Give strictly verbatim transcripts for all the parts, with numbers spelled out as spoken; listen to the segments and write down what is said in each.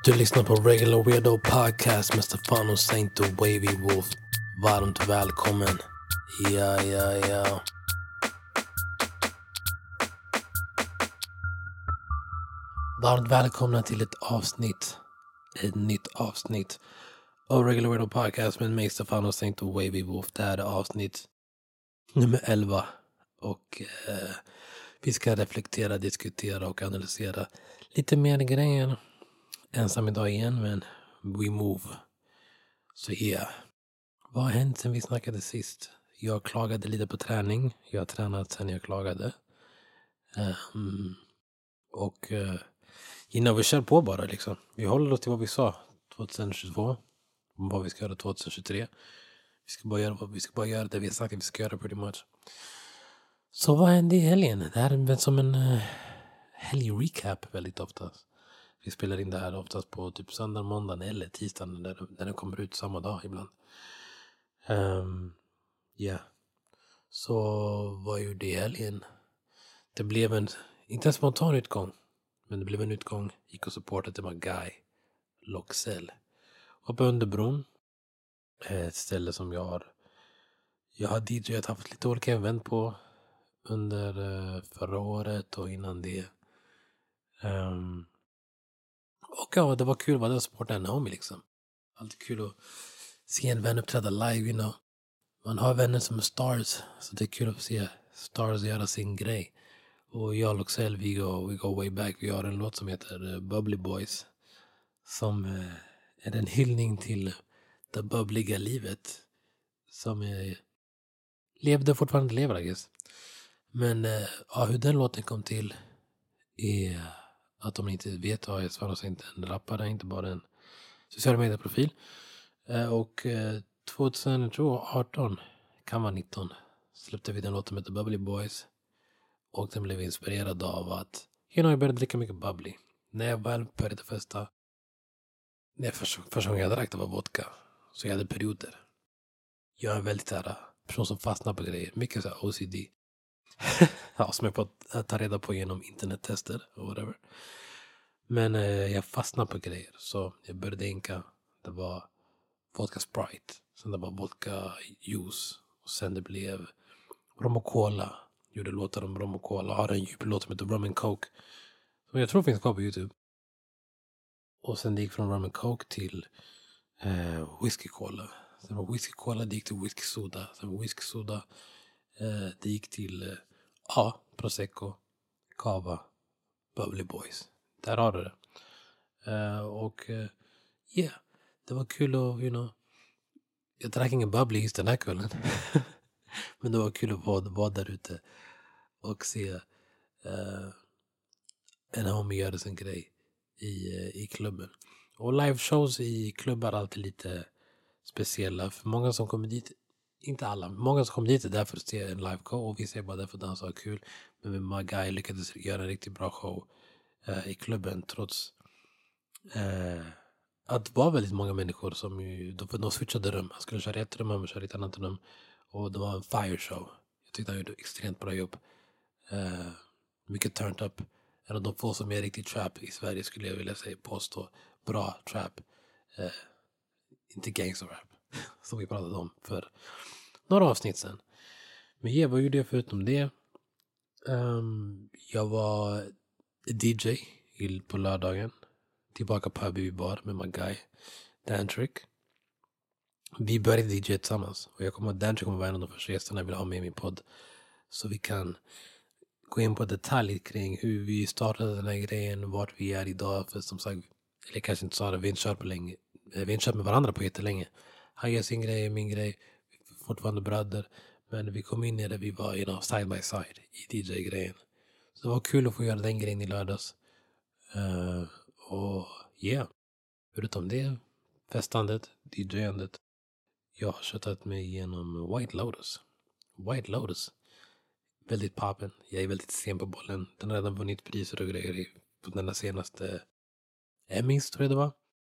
Du lyssnar på Regular Weirdo Podcast med Stefano Saint och Wavy Wolf. Varmt välkommen. Ja, ja, ja. Varmt välkomna till ett avsnitt. Ett nytt avsnitt av Regular Weirdo Podcast med mig, Stefano Saint och Wavy Wolf. Det här är avsnitt nummer elva. Och eh, vi ska reflektera, diskutera och analysera lite mer grejer. Ensam idag igen, men we move. Så yeah. Vad har hänt sen vi snackade sist? Jag klagade lite på träning. Jag har tränat sen jag klagade. Um, och uh, innan vi kör på bara liksom. Vi håller oss till vad vi sa tjugohundratjugotvå. Om vad vi ska göra tjugohundratjugotre. Vi ska bara göra vad vi ska bara göra det vi har sagt att vi ska göra pretty much. Så vad hände i helgen? Det här är som en uh, helg-recap väldigt oftast. Vi spelar in det här oftast på typ söndag, måndag eller tisdag när, när den kommer ut samma dag ibland. Um, ja. Yeah. Så vad gjorde i helgen? Det blev en, inte en spontan utgång, men det blev en utgång. Gick och supportade till my guy Loxell. Och på Underbron, ett ställe som jag har jag har D J:at, haft lite olika event på under uh, förra året och innan det. Um, och ja, det var kul vad det var supporta en homie liksom. Alltid kul att se en vän uppträda live, you know. Man har vänner som är stars, så det är kul att se stars göra sin grej. Och jag och Loxell, vi go, we go way back. Vi har en låt som heter uh, Bubbly Boys. Som uh, är en hyllning till det bubbliga livet. Som uh, levde fortfarande lever, I guess. Men uh, ja, hur den låten kom till är uh, att om ni inte vet har jag svarat inte en rappare, inte bara en sociala medieprofil. Uh, och uh, tjugoarton, kan vara nitton, släppte vi den låten med The Bubbly Boys. Och den blev inspirerad av att you know, jag började dricka mycket bubbly. När jag väl började festa, när första, första gången jag drack det var vodka. Så jag hade perioder. Jag är en väldigt här person som fastnar på grejer. Mycket så här O C D. Ja, som jag får ta reda på genom internettester och whatever. Men eh, jag fastnar på grejer. Så jag började enka. Det var vodka Sprite. Sen det var vodka juice. Och sen det blev rom och cola. Gjorde låtar om rom och cola. Har en djup låt som heter Rum and Coke. Som jag tror finns kvar på YouTube. Och sen det gick från Rum and Coke till eh, Whiskey Cola. Sen var Whiskey Cola, det gick till Whiskey Soda. Sen var Whiskey Soda, eh, det gick till eh, ja, Prosecco, Cava, Bubbly Boys. Där har du det. Eh, och ja, uh, yeah, det var kul att, you know. Jag drack ingen bubbly just den här kvällen. Men det var kul att vara, vara där ute och se uh, en homie göra sin grej i, uh, i klubben. Och live shows i klubbar är alltid lite speciella. För många som kommer dit, inte alla, många som kommer dit är där för att se en live show. Och vi ser bara där för att dansa och kul. Men med my guy lyckades göra en riktigt bra show uh, i klubben. Trots uh, att det var väldigt många människor som ju, de, de switchade rum. Han skulle köra ett rum, han köra ett annat rum. Och det var en fire show. Jag tyckte han gjorde extremt bra jobb. Uh, mycket turned up. En av de få som är riktigt trap i Sverige skulle jag vilja säga, påstå. Bra trap. Uh, inte gangster rap. Som vi pratade om för några avsnitt sedan. Men ja, vad gjorde jag förutom det? Um, jag var D J på lördagen. Tillbaka på Habibi Bar med my guy Dantrick. Vi började D J tillsammans. Och jag kommer att Dantrick kommer vara en av de första gästerna jag vill ha med i min podd. Så vi kan gå in på detalj kring hur vi startade den här grejen. Vart vi är idag. För som sagt, eller kanske inte sa det, vi har inte kört på länge. Vi har inte kört med varandra på jättelänge. Han gör sin grej, min grej. Vi är fortfarande bröder. Men vi kom in i det, vi var you know, side by side i D J-grejen. Så det var kul att få göra den grejen i lördags. Uh, och yeah. Förutom det, festandet, D J-andet. Jag har köttat mig igenom White Lotus. White Lotus. Väldigt pappen. Jag är väldigt sen på bollen. Den har redan vunnit priser och grejer på den senaste Emmys, tror jag det var.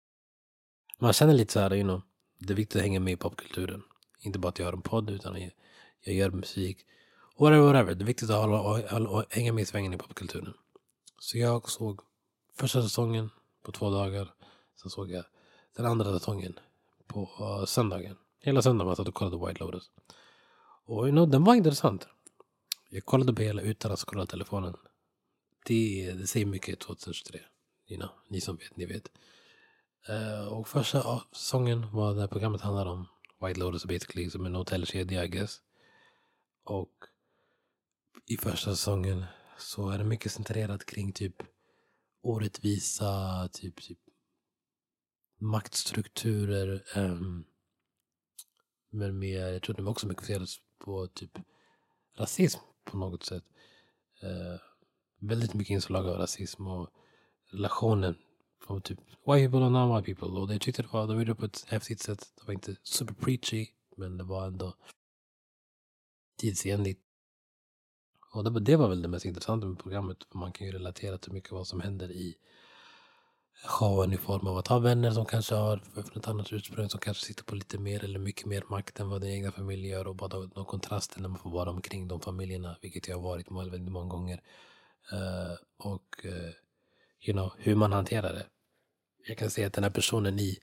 Man känner lite så här, you know, det är viktigt att hänga med i popkulturen. Inte bara att jag har en podd, utan jag, jag gör musik. Whatever, whatever. Det är viktigt att hålla, hålla, hålla, hänga med i svängen i popkulturen. Så jag såg första säsongen på två dagar. Så såg jag den andra säsongen på uh, söndagen. Hela söndagen jag satt och kollade White Lotus. Och you know, den var intressant. Jag kollade på hela utan att scrolla telefonen. Det, det säger mycket tjugohundratjugotre. You know, ni som vet, ni vet. Uh, och första säsongen var det programmet handlade om White Lotus basically som en hotellkedja I guess. Och i första säsongen så är det mycket centrerat kring typ orättvisa, typ, typ maktstrukturer. Um, men mer, jag tror det var också mycket fokuserat på typ rasism på något sätt. Uh, väldigt mycket inslag av rasism och relationen från typ white people och non-white people. Och det tyckte det var, de gjorde det på ett häftigt sätt. Det var inte super preachy, men det var ändå tidsenligt. Och det, det var väl det mest intressanta med programmet. För man kan ju relatera till mycket vad som händer i showen i form av att ha vänner som kanske har för ett annat ursprung, som kanske sitter på lite mer eller mycket mer makt än vad den egna familjen gör, och bara de kontraster när man får vara omkring de familjerna, vilket jag har varit väldigt många gånger. Uh, och uh, you know, hur man hanterar det. Jag kan säga att den här personen i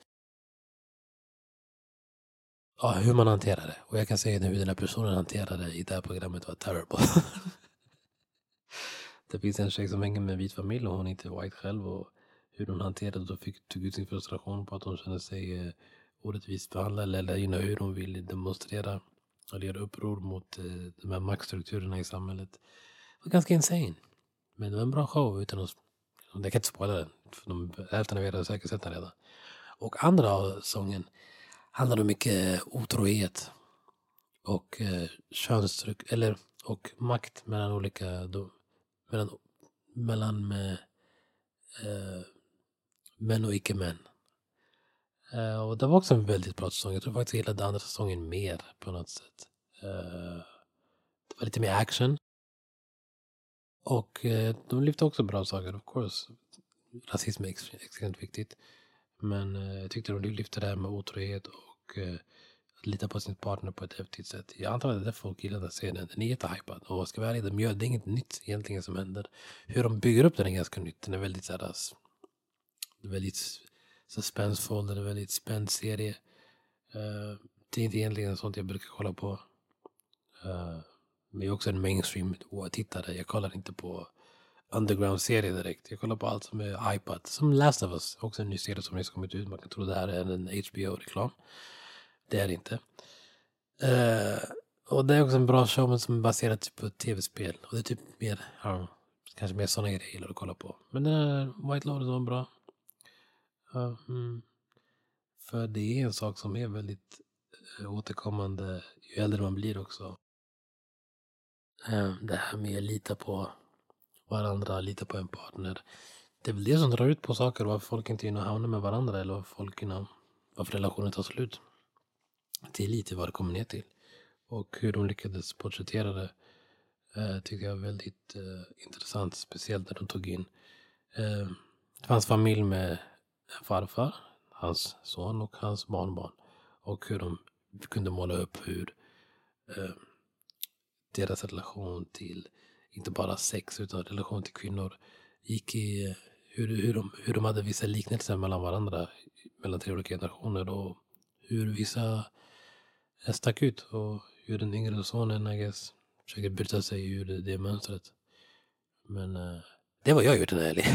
ja, hur man hanterar det. Och jag kan säga hur den här personen hanterade det i det här programmet var terrible. Det finns en tjej som hänger med en vit familj och hon är inte white själv, och hur hon hanterade det och fick tog ut sin frustration på att hon kände sig eh, orättvist behandlad, eller you know, hur hon ville demonstrera eller göra uppror mot eh, de här maktstrukturerna i samhället. Det var ganska insane. Men det var en bra show utan att, jag kan inte spoila den, för de hälften av er har säkert sett den redan. Och andra sången handlar om mycket otrohet och eh, könstryck, eller och makt mellan olika då, mellan, mellan med, eh, män och icke-män. Eh, och det var också en väldigt bra säsong. Jag tror faktiskt jag gillade andra säsongen mer på något sätt. Eh, det var lite mer action. Och eh, de lyfte också bra saker, of course. Rasism är ex- extremt viktigt. Men eh, jag tyckte de lyfte det här med otrohet och eh, att lita på sin partner på ett häftigt sätt. Jag antar att det är därför folk gillar att se den. Den är jättehypad. Och ska vi vara ärliga, de gör det är inget nytt egentligen som händer. Hur de bygger upp den är ganska nytt. Den är väldigt så här, väldigt suspenseful. Den är väldigt spänd serie. Uh, det är inte egentligen sånt jag brukar kolla på. Uh, men jag är också en mainstream tittare. Jag kollar inte på underground-serie direkt. Jag kollar på allt som är iPad. Som Last of Us. Också en ny serie som nyss kommit ut. Man kan tro det här är en H B O-reklam. Det är det inte. Uh, och det är också en bra show, men som är baserad på tv-spel. Och det är typ mer, ja, kanske mer sådana grejer jag gillar att kolla på. Men den här White Lotus var bra. Uh, mm. För det är en sak som är väldigt uh, återkommande ju äldre man blir också. Uh, det här med att lita på varandra, lita på en partner. Det är väl det som drar ut på saker, varför folk inte hinner hamna med varandra, eller varför folk hinner, varför relationen tar slut. Det är lite vad det kommer ner till. Och hur de lyckades porträttera det eh, tycker jag är väldigt eh, intressant. Speciellt när de tog in eh, det fanns familj med en farfar, hans son och hans barnbarn. Och hur de kunde måla upp hur eh, deras relation till inte bara sex utan relation till kvinnor gick i hur, hur, de, hur de hade vissa liknelser mellan varandra, mellan tre olika generationer, och hur vissa stack ut och hur den yngre sonen, I guess, försöker bryta sig ur det, det mönstret. Men uh, det var jag gjort den här helgen.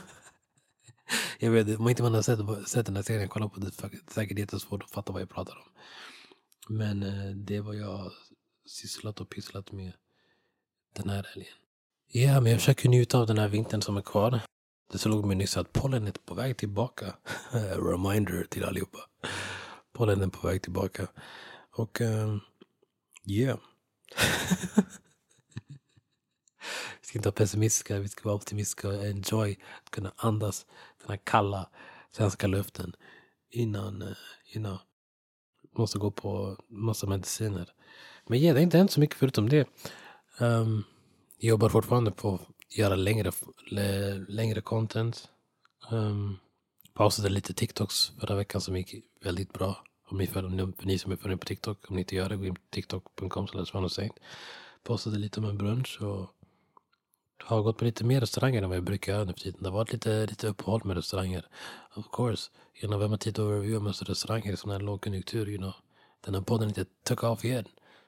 Jag vet, om inte man har sett, sett den här serien, kolla på det, säkert jättesvårt att fatta vad jag pratar om. Men uh, det var jag sysslat och pysslat med den här helgen. Ja, men jag försöker njuta av den här vintern som är kvar. Det slog mig nyss att pollen är på väg tillbaka. Reminder till allihopa. Pollen är på väg tillbaka. Och um, yeah. Vi ska inte vara pessimistiska, vi ska vara optimistiska och enjoy att kunna andas den här kalla svenska luften innan, uh, innan måste gå på massa mediciner. Men yeah, det är inte hänt så mycket förutom det. Um, jag jobbar fortfarande på att göra längre, l- längre content. Um, pausade lite TikToks förra veckan som gick väldigt bra. Om ni, för, för ni som är förrän på TikTok, om ni inte gör det, gå in på tiktok punkt com slash vanossaint. Postade lite om en brunch och har gått på lite mer restauranger än vad jag brukar göra nu för tiden. Det har varit lite, lite uppehåll med restauranger. Of course. You know, vem har tid att reviewa massa restauranger i sån här lågkonjunktur, you know. Den här podden inte took off yet.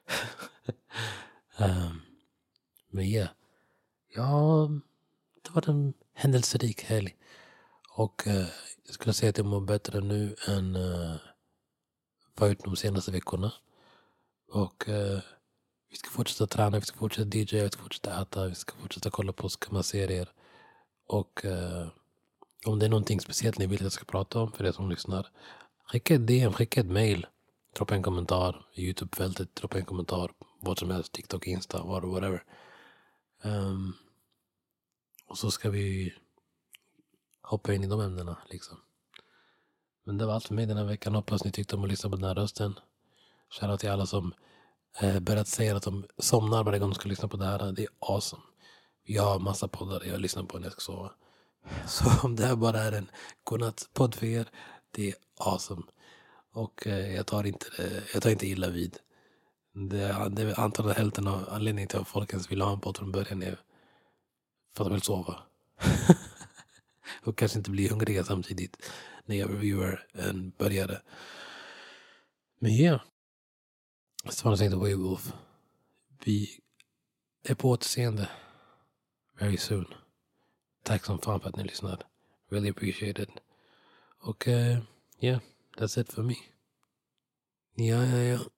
um, men ja. Yeah. Ja, det var en händelserik helg. Och uh, jag skulle säga att jag mår bättre nu än uh, vad jag gjort de senaste veckorna. Och uh, vi ska fortsätta träna, vi ska fortsätta D J, vi ska fortsätta äta, vi ska fortsätta kolla på skamma-serier. Och uh, om det är någonting speciellt ni vill att jag ska prata om för er som lyssnar, skicka ett D M, skicka ett mail, droppa en kommentar i YouTube-fältet, droppa en kommentar, vad som helst, TikTok, Insta, whatever. Um, och så ska vi hoppa in i de ämnena liksom. Men det var allt för mig den här veckan. Hoppas ni tyckte om att lyssna på den här rösten. Shoutout till alla som eh, börjat säga att de somnar varje gång de ska lyssna på det här. Det är awesome. Jag har massa poddar jag lyssnar på när jag ska sova. Så om det här bara är en godnattpodd för er, det är awesome. Och eh, jag tar inte det, jag tar inte illa vid. Det, det är antagligen hälften av anledningen till att folk ens vill ha en podd från början är för att de vill sova. Och kanske inte bli hungriga samtidigt när jag reviewer en började. Men ja. Yeah. Stefan Saint Wolf. Vi är på återseende. Very soon. Tack som fan för att ni lyssnade. Really appreciate it. Och uh, yeah, that's it for me. Ja, ja, ja.